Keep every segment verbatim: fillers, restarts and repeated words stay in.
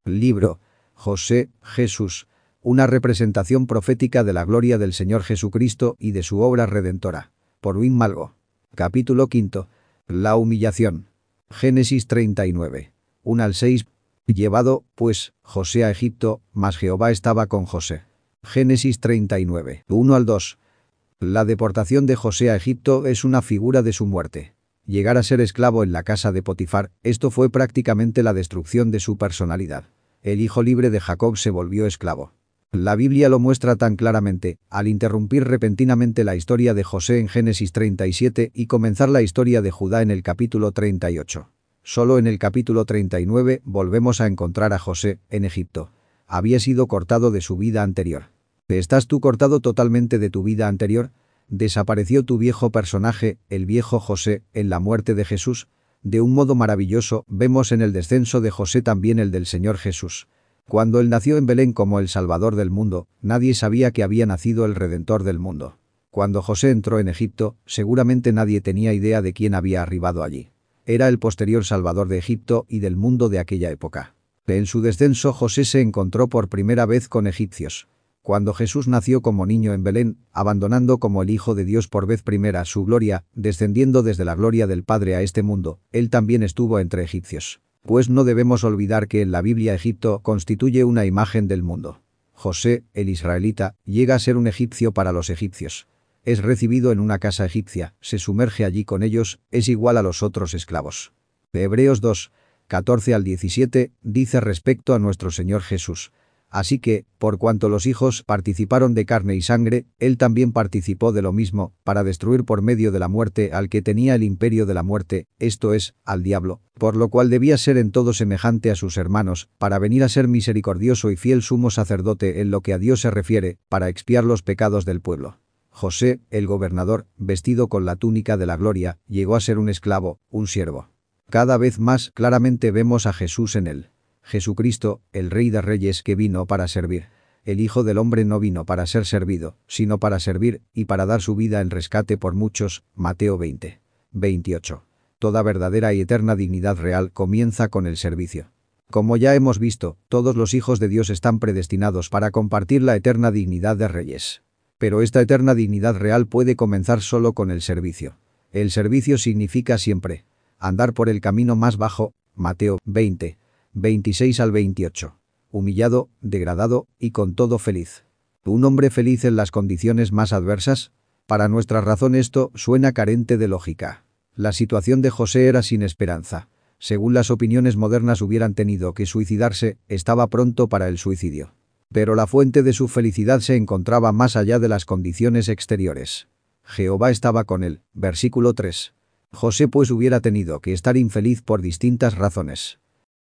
Libro. José, Jesús. Una representación profética de la gloria del Señor Jesucristo y de su obra redentora. Por Wim Malgo. Capítulo quinto. La humillación. Génesis treinta y nueve. uno al seis. Llevado, pues, José a Egipto, mas Jehová estaba con José. Génesis treinta y nueve. uno al dos. La deportación de José a Egipto es una figura de su muerte. Llegar a ser esclavo en la casa de Potifar, esto fue prácticamente la destrucción de su personalidad. El hijo libre de Jacob se volvió esclavo. La Biblia lo muestra tan claramente, al interrumpir repentinamente la historia de José en Génesis treinta y siete y comenzar la historia de Judá en el capítulo treinta y ocho. Solo en el capítulo treinta y nueve volvemos a encontrar a José, en Egipto. Había sido cortado de su vida anterior. ¿Estás tú cortado totalmente de tu vida anterior? ¿Desapareció tu viejo personaje, el viejo José, en la muerte de Jesús? De un modo maravilloso, vemos en el descenso de José también el del Señor Jesús. Cuando él nació en Belén como el Salvador del mundo, nadie sabía que había nacido el Redentor del mundo. Cuando José entró en Egipto, seguramente nadie tenía idea de quién había arribado allí. Era el posterior Salvador de Egipto y del mundo de aquella época. En su descenso José se encontró por primera vez con egipcios. Cuando Jesús nació como niño en Belén, abandonando como el Hijo de Dios por vez primera su gloria, descendiendo desde la gloria del Padre a este mundo, él también estuvo entre egipcios. Pues no debemos olvidar que en la Biblia Egipto constituye una imagen del mundo. José, el israelita, llega a ser un egipcio para los egipcios. Es recibido en una casa egipcia, se sumerge allí con ellos, es igual a los otros esclavos. Hebreos dos, catorce al diecisiete, dice respecto a nuestro Señor Jesús. Así que, por cuanto los hijos participaron de carne y sangre, él también participó de lo mismo, para destruir por medio de la muerte al que tenía el imperio de la muerte, esto es, al diablo, por lo cual debía ser en todo semejante a sus hermanos, para venir a ser misericordioso y fiel sumo sacerdote en lo que a Dios se refiere, para expiar los pecados del pueblo. José, el gobernador, vestido con la túnica de la gloria, llegó a ser un esclavo, un siervo. Cada vez más claramente vemos a Jesús en él. Jesucristo, el Rey de Reyes que vino para servir. El Hijo del Hombre no vino para ser servido, sino para servir y para dar su vida en rescate por muchos. Mateo veinte, veintiocho. Toda verdadera y eterna dignidad real comienza con el servicio. Como ya hemos visto, todos los hijos de Dios están predestinados para compartir la eterna dignidad de reyes. Pero esta eterna dignidad real puede comenzar solo con el servicio. El servicio significa siempre andar por el camino más bajo. Mateo veinte, veintiséis al veintiocho. Humillado, degradado y con todo feliz. ¿Un hombre feliz en las condiciones más adversas? Para nuestra razón esto suena carente de lógica. La situación de José era sin esperanza. Según las opiniones modernas hubieran tenido que suicidarse, estaba pronto para el suicidio. Pero la fuente de su felicidad se encontraba más allá de las condiciones exteriores. Jehová estaba con él. Versículo tres. José pues hubiera tenido que estar infeliz por distintas razones.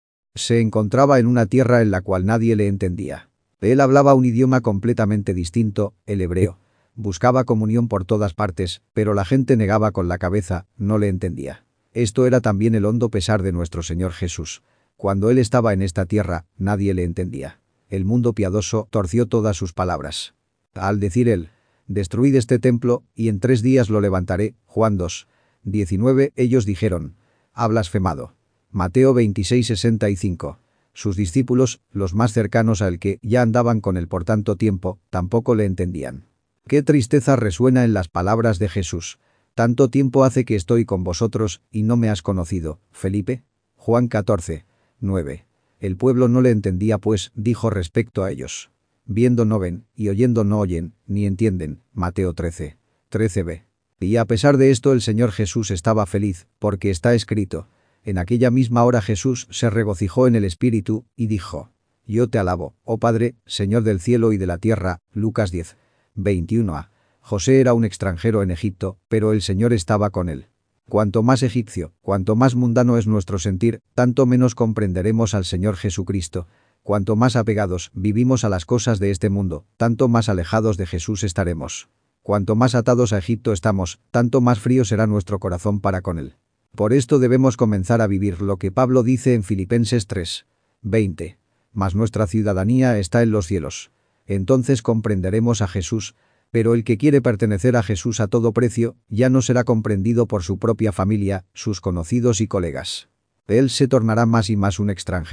Se encontraba en una tierra en la cual nadie le entendía. Él hablaba un idioma completamente distinto, el hebreo. Buscaba comunión por todas partes, pero la gente negaba con la cabeza, no le entendía. Esto era también el hondo pesar de nuestro Señor Jesús. Cuando él estaba en esta tierra, nadie le entendía. El mundo piadoso torció todas sus palabras. Al decir él, destruid este templo, y en tres días lo levantaré, Juan dos, diecinueve, ellos dijeron, ha blasfemado. Mateo veintiséis, sesenta y cinco. Sus discípulos, los más cercanos al que ya andaban con él por tanto tiempo, tampoco le entendían. Qué tristeza resuena en las palabras de Jesús. Tanto tiempo hace que estoy con vosotros y no me has conocido, Felipe. Juan catorce, nueve. El pueblo no le entendía pues, dijo respecto a ellos. Viendo no ven, y oyendo no oyen, ni entienden. Mateo trece, trece b. Y a pesar de esto el Señor Jesús estaba feliz, porque está escrito. En aquella misma hora Jesús se regocijó en el Espíritu, y dijo, yo te alabo, oh Padre, Señor del cielo y de la tierra. Lucas diez, veintiuno a. José era un extranjero en Egipto, pero el Señor estaba con él. Cuanto más egipcio, cuanto más mundano es nuestro sentir, tanto menos comprenderemos al Señor Jesucristo. Cuanto más apegados vivimos a las cosas de este mundo, tanto más alejados de Jesús estaremos. Cuanto más atados a Egipto estamos, tanto más frío será nuestro corazón para con él. Por esto debemos comenzar a vivir lo que Pablo dice en Filipenses tres, veinte. Mas nuestra ciudadanía está en los cielos. Entonces comprenderemos a Jesús, pero el que quiere pertenecer a Jesús a todo precio, ya no será comprendido por su propia familia, sus conocidos y colegas. Él se tornará más y más un extranjero.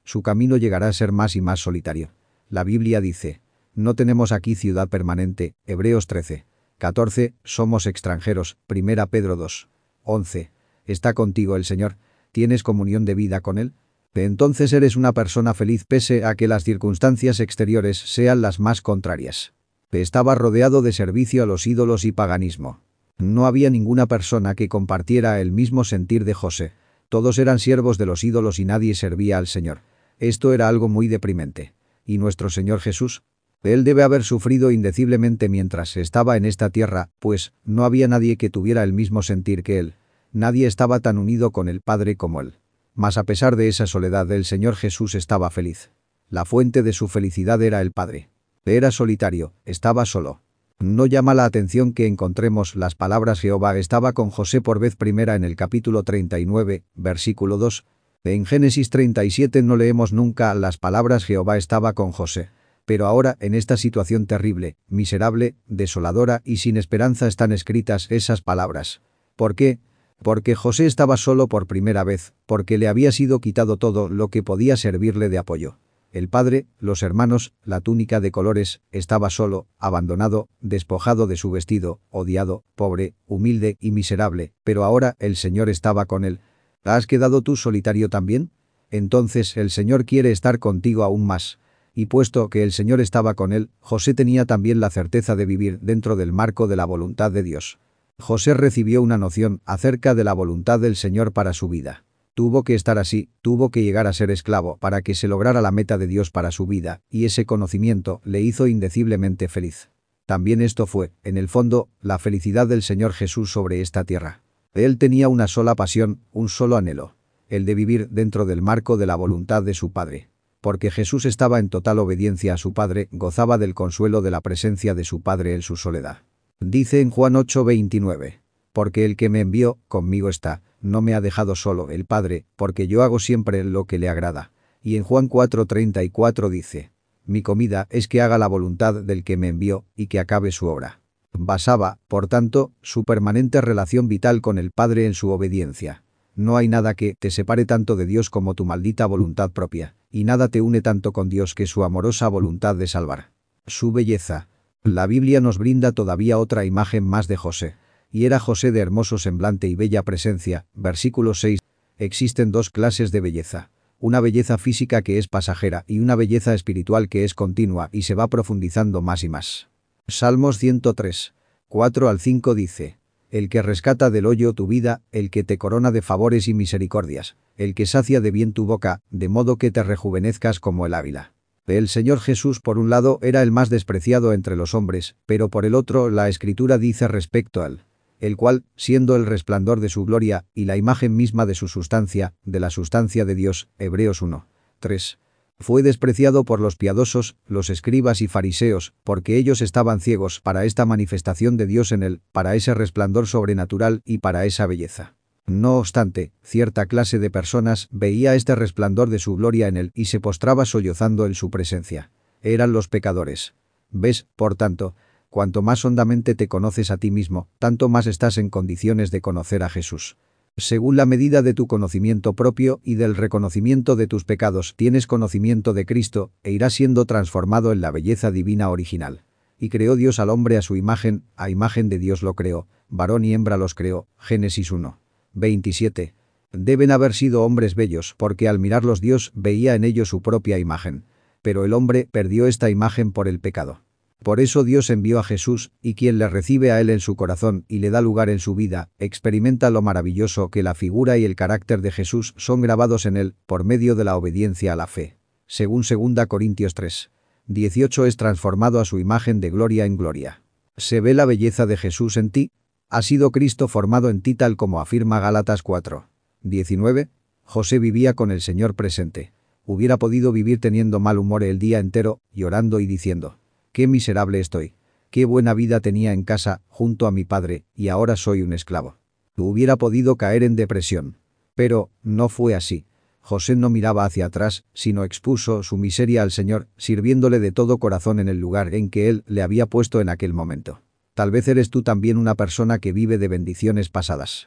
su camino llegará a ser más y más solitario. La Biblia dice: no tenemos aquí ciudad permanente, Hebreos trece. catorce, somos extranjeros, primera Pedro dos. once. ¿Está contigo el Señor? ¿Tienes comunión de vida con Él? Entonces eres una persona feliz pese a que las circunstancias exteriores sean las más contrarias. Estaba rodeado de servicio a los ídolos y paganismo. No había ninguna persona que compartiera el mismo sentir de José. Todos eran siervos de los ídolos y nadie servía al Señor. Esto era algo muy deprimente. ¿Y nuestro Señor Jesús? Él debe haber sufrido indeciblemente mientras estaba en esta tierra, pues no había nadie que tuviera el mismo sentir que Él. Nadie estaba tan unido con el Padre como Él. Mas a pesar de esa soledad, el Señor Jesús estaba feliz. La fuente de su felicidad era el Padre. Era solitario, estaba solo. No llama la atención que encontremos las palabras Jehová estaba con José por vez primera en el capítulo treinta y nueve, versículo dos. En Génesis treinta y siete no leemos nunca las palabras Jehová estaba con José. Pero ahora, en esta situación terrible, miserable, desoladora y sin esperanza están escritas esas palabras. ¿Por qué? Porque José estaba solo por primera vez, porque le había sido quitado todo lo que podía servirle de apoyo. El padre, los hermanos, la túnica de colores, estaba solo, abandonado, despojado de su vestido, odiado, pobre, humilde y miserable, pero ahora el Señor estaba con él. ¿Has quedado tú solitario también? Entonces el Señor quiere estar contigo aún más. Y puesto que el Señor estaba con él, José tenía también la certeza de vivir dentro del marco de la voluntad de Dios. José recibió una noción acerca de la voluntad del Señor para su vida. Tuvo que estar así, tuvo que llegar a ser esclavo para que se lograra la meta de Dios para su vida, y ese conocimiento le hizo indeciblemente feliz. También esto fue, en el fondo, la felicidad del Señor Jesús sobre esta tierra. Él tenía una sola pasión, un solo anhelo, el de vivir dentro del marco de la voluntad de su Padre. Porque Jesús estaba en total obediencia a su Padre, gozaba del consuelo de la presencia de su Padre en su soledad. Dice en Juan ocho veintinueve. Porque el que me envió, conmigo está, no me ha dejado solo el Padre, porque yo hago siempre lo que le agrada. Y en Juan cuatro treinta y cuatro dice: mi comida es que haga la voluntad del que me envió, y que acabe su obra. Basaba, por tanto, su permanente relación vital con el Padre en su obediencia. No hay nada que te separe tanto de Dios como tu maldita voluntad propia, y nada te une tanto con Dios que su amorosa voluntad de salvar. Su belleza. La Biblia nos brinda todavía otra imagen más de José. Y era José de hermoso semblante y bella presencia, versículo seis. Existen dos clases de belleza. Una belleza física que es pasajera y una belleza espiritual que es continua y se va profundizando más y más. Salmos ciento tres, cuatro al cinco dice: el que rescata del hoyo tu vida, el que te corona de favores y misericordias, el que sacia de bien tu boca, de modo que te rejuvenezcas como el águila. El Señor Jesús por un lado era el más despreciado entre los hombres, pero por el otro la Escritura dice respecto a él: el cual, siendo el resplandor de su gloria y la imagen misma de su sustancia, de la sustancia de Dios, Hebreos uno, tres. Fue despreciado por los piadosos, los escribas y fariseos, porque ellos estaban ciegos para esta manifestación de Dios en él, para ese resplandor sobrenatural y para esa belleza. No obstante, cierta clase de personas veía este resplandor de su gloria en él y se postraba sollozando en su presencia. Eran los pecadores. ¿Ves, por tanto? Cuanto más hondamente te conoces a ti mismo, tanto más estás en condiciones de conocer a Jesús. Según la medida de tu conocimiento propio y del reconocimiento de tus pecados, tienes conocimiento de Cristo, e irás siendo transformado en la belleza divina original. Y creó Dios al hombre a su imagen, a imagen de Dios lo creó, varón y hembra los creó, Génesis uno, veintisiete. Deben haber sido hombres bellos, porque al mirarlos Dios veía en ellos su propia imagen. Pero el hombre perdió esta imagen por el pecado. Por eso Dios envió a Jesús, y quien le recibe a él en su corazón y le da lugar en su vida, experimenta lo maravilloso que la figura y el carácter de Jesús son grabados en él, por medio de la obediencia a la fe. Según segunda Corintios tres, dieciocho es transformado a su imagen de gloria en gloria. ¿Se ve la belleza de Jesús en ti? ¿Ha sido Cristo formado en ti tal como afirma Gálatas cuatro, diecinueve? José vivía con el Señor presente. Hubiera podido vivir teniendo mal humor el día entero, llorando y diciendo: qué miserable estoy. Qué buena vida tenía en casa, junto a mi padre, y ahora soy un esclavo. Hubiera podido caer en depresión. Pero no fue así. José no miraba hacia atrás, sino expuso su miseria al Señor, sirviéndole de todo corazón en el lugar en que Él le había puesto en aquel momento. Tal vez eres tú también una persona que vive de bendiciones pasadas.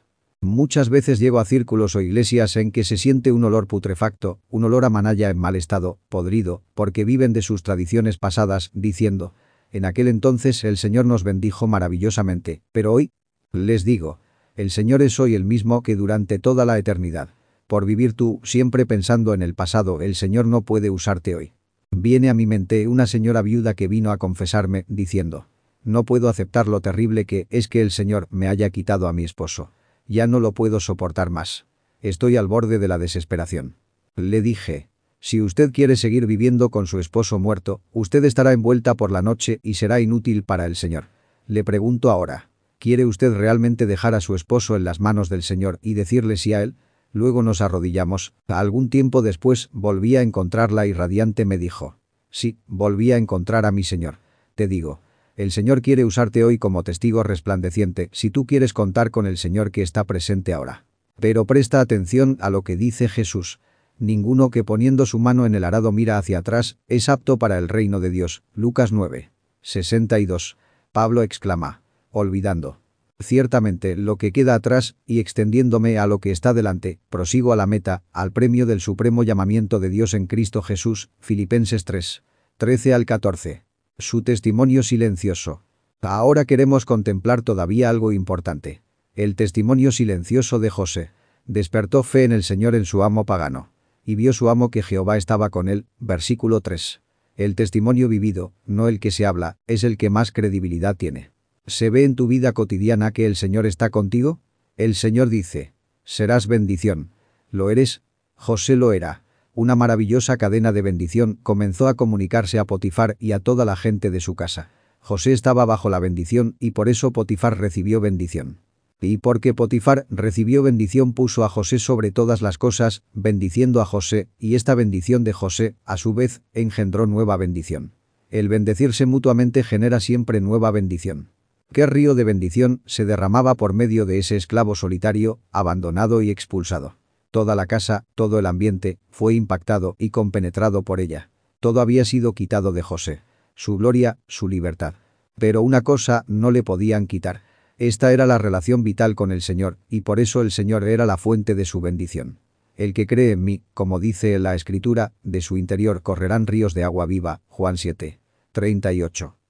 Muchas veces llego a círculos o iglesias en que se siente un olor putrefacto, un olor a manalla en mal estado, podrido, porque viven de sus tradiciones pasadas, diciendo: en aquel entonces el Señor nos bendijo maravillosamente, pero hoy, les digo, el Señor es hoy el mismo que durante toda la eternidad. Por vivir tú siempre pensando en el pasado, el Señor no puede usarte hoy. Viene a mi mente una señora viuda que vino a confesarme, diciendo: no puedo aceptar lo terrible que es que el Señor me haya quitado a mi esposo. Ya no lo puedo soportar más. Estoy al borde de la desesperación. Le dije: si usted quiere seguir viviendo con su esposo muerto, usted estará envuelta por la noche y será inútil para el Señor. Le pregunto ahora: ¿quiere usted realmente dejar a su esposo en las manos del Señor y decirle sí a él? Luego nos arrodillamos. Algún tiempo después volví a encontrarla y radiante me dijo: sí, volví a encontrar a mi Señor. Te digo, el Señor quiere usarte hoy como testigo resplandeciente si tú quieres contar con el Señor que está presente ahora. Pero presta atención a lo que dice Jesús. Ninguno que poniendo su mano en el arado mira hacia atrás es apto para el reino de Dios. Lucas nueve, sesenta y dos. Pablo exclama, olvidando ciertamente lo que queda atrás y extendiéndome a lo que está delante, prosigo a la meta, al premio del supremo llamamiento de Dios en Cristo Jesús. Filipenses tres, trece al catorce. Su testimonio silencioso. Ahora queremos contemplar todavía algo importante. El testimonio silencioso de José. Despertó fe en el Señor en su amo pagano. Y vio su amo que Jehová estaba con él. Versículo tres. El testimonio vivido, no el que se habla, es el que más credibilidad tiene. ¿Se ve en tu vida cotidiana que el Señor está contigo? El Señor dice: serás bendición. ¿Lo eres? José lo era. Una maravillosa cadena de bendición comenzó a comunicarse a Potifar y a toda la gente de su casa. José estaba bajo la bendición y por eso Potifar recibió bendición. Y porque Potifar recibió bendición puso a José sobre todas las cosas, bendiciendo a José, y esta bendición de José, a su vez, engendró nueva bendición. El bendecirse mutuamente genera siempre nueva bendición. ¿Qué río de bendición se derramaba por medio de ese esclavo solitario, abandonado y expulsado? Toda la casa, todo el ambiente, fue impactado y compenetrado por ella. Todo había sido quitado de José. Su gloria, su libertad. Pero una cosa no le podían quitar. Esta era la relación vital con el Señor, y por eso el Señor era la fuente de su bendición. El que cree en mí, como dice la Escritura, de su interior correrán ríos de agua viva. Juan siete, treinta y ocho.